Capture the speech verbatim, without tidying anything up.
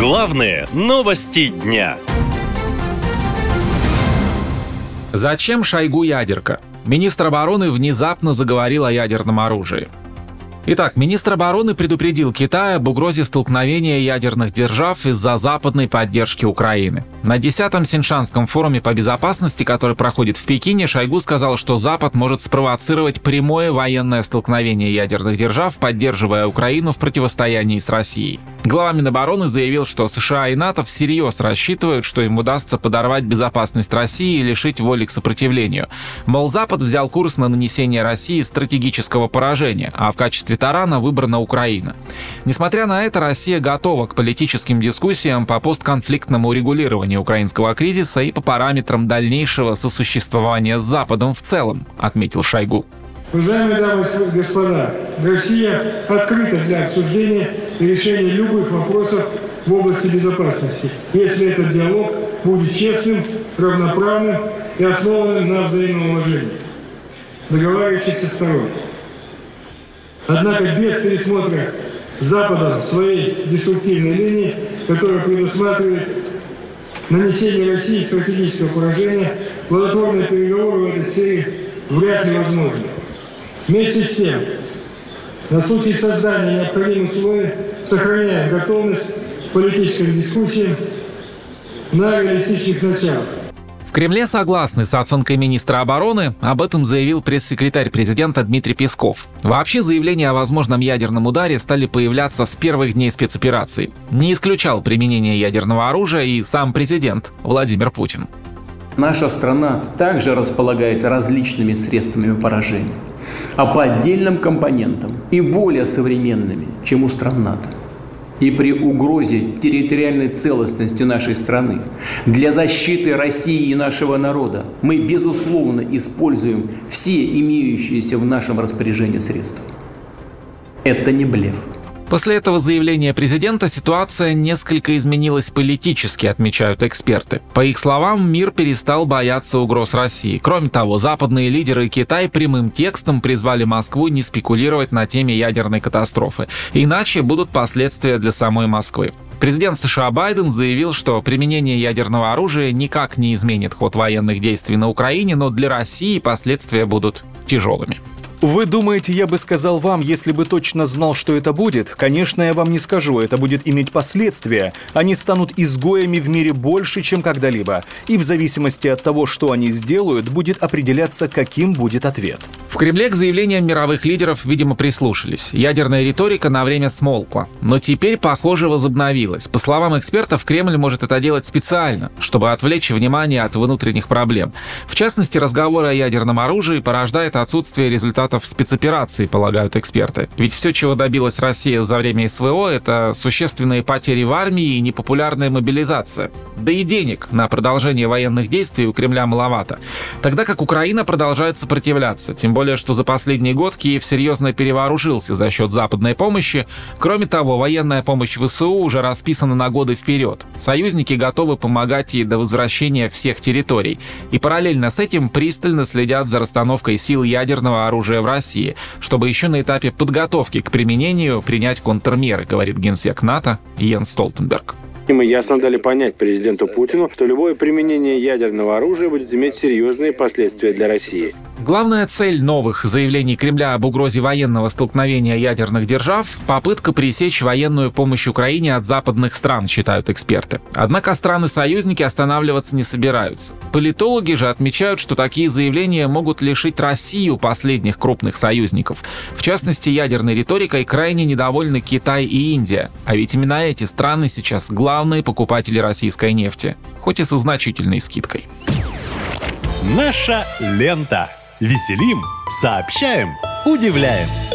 Главные новости дня. Зачем Шойгу ядерка? Министр обороны внезапно заговорил о ядерном оружии. Итак, министр обороны предупредил Китай об угрозе столкновения ядерных держав из-за западной поддержки Украины. На десятом Синьшанском форуме по безопасности, который проходит в Пекине, Шойгу сказал, что Запад может спровоцировать прямое военное столкновение ядерных держав, поддерживая Украину в противостоянии с Россией. Глава Минобороны заявил, что США и НАТО всерьез рассчитывают, что им удастся подорвать безопасность России и лишить воли к сопротивлению. Мол, Запад взял курс на нанесение России стратегического поражения, а в качестве тарана выбрана Украина. Несмотря на это, Россия готова к политическим дискуссиям по постконфликтному урегулированию украинского кризиса и по параметрам дальнейшего сосуществования с Западом в целом, отметил Шойгу. Уважаемые дамы и господа, Россия открыта для обсуждения и решения любых вопросов в области безопасности, если этот диалог будет честным, равноправным и основанным на взаимном уважении договаривающихся сторон. Однако без пересмотра Западом своей деструктивной линии, которая предусматривает нанесение России стратегического поражения, плодотворные переговоры в этой сфере вряд ли возможны. Вместе с тем, на случай создания необходимых условий сохраняем готовность к политическим дискуссиям на реалистичных началах. В Кремле согласны с оценкой министра обороны, об этом заявил пресс-секретарь президента Дмитрий Песков. Вообще, заявления о возможном ядерном ударе стали появляться с первых дней спецоперации. Не исключал применение ядерного оружия и сам президент Владимир Путин. Наша страна также располагает различными средствами поражения, а по отдельным компонентам и более современными, чем у стран НАТО. И при угрозе территориальной целостности нашей страны для защиты России и нашего народа мы, безусловно, используем все имеющиеся в нашем распоряжении средства. Это не блеф. После этого заявления президента ситуация несколько изменилась политически, отмечают эксперты. По их словам, мир перестал бояться угроз России. Кроме того, западные лидеры и Китай прямым текстом призвали Москву не спекулировать на теме ядерной катастрофы. Иначе будут последствия для самой Москвы. Президент США Байден заявил, что применение ядерного оружия никак не изменит ход военных действий на Украине, но для России последствия будут тяжелыми. Вы думаете, я бы сказал вам, если бы точно знал, что это будет? Конечно, я вам не скажу, это будет иметь последствия. Они станут изгоями в мире больше, чем когда-либо. И в зависимости от того, что они сделают, будет определяться, каким будет ответ. В Кремле к заявлениям мировых лидеров, видимо, прислушались. Ядерная риторика на время смолкла. Но теперь, похоже, возобновилась. По словам экспертов, Кремль может это делать специально, чтобы отвлечь внимание от внутренних проблем. В частности, разговоры о ядерном оружии порождает отсутствие результатов в спецоперации, полагают эксперты. Ведь все, чего добилась Россия за время СВО, это существенные потери в армии и непопулярная мобилизация. Да и денег на продолжение военных действий у Кремля маловато. Тогда как Украина продолжает сопротивляться. Тем более, что за последний год Киев серьезно перевооружился за счет западной помощи. Кроме того, военная помощь ВСУ уже расписана на годы вперед. Союзники готовы помогать и до возвращения всех территорий. И параллельно с этим пристально следят за расстановкой сил ядерного оружия в России, чтобы еще на этапе подготовки к применению принять контрмеры, говорит генсек НАТО Йенс Столтенберг. И мы ясно дали понять президенту Путину, что любое применение ядерного оружия будет иметь серьезные последствия для России. Главная цель новых заявлений Кремля об угрозе военного столкновения ядерных держав – попытка пресечь военную помощь Украине от западных стран, считают эксперты. Однако страны-союзники останавливаться не собираются. Политологи же отмечают, что такие заявления могут лишить Россию последних крупных союзников. В частности, ядерной риторикой крайне недовольны Китай и Индия. А ведь именно эти страны сейчас главные покупатели российской нефти, хоть и со значительной скидкой. Наша лента. Веселим, сообщаем, удивляем.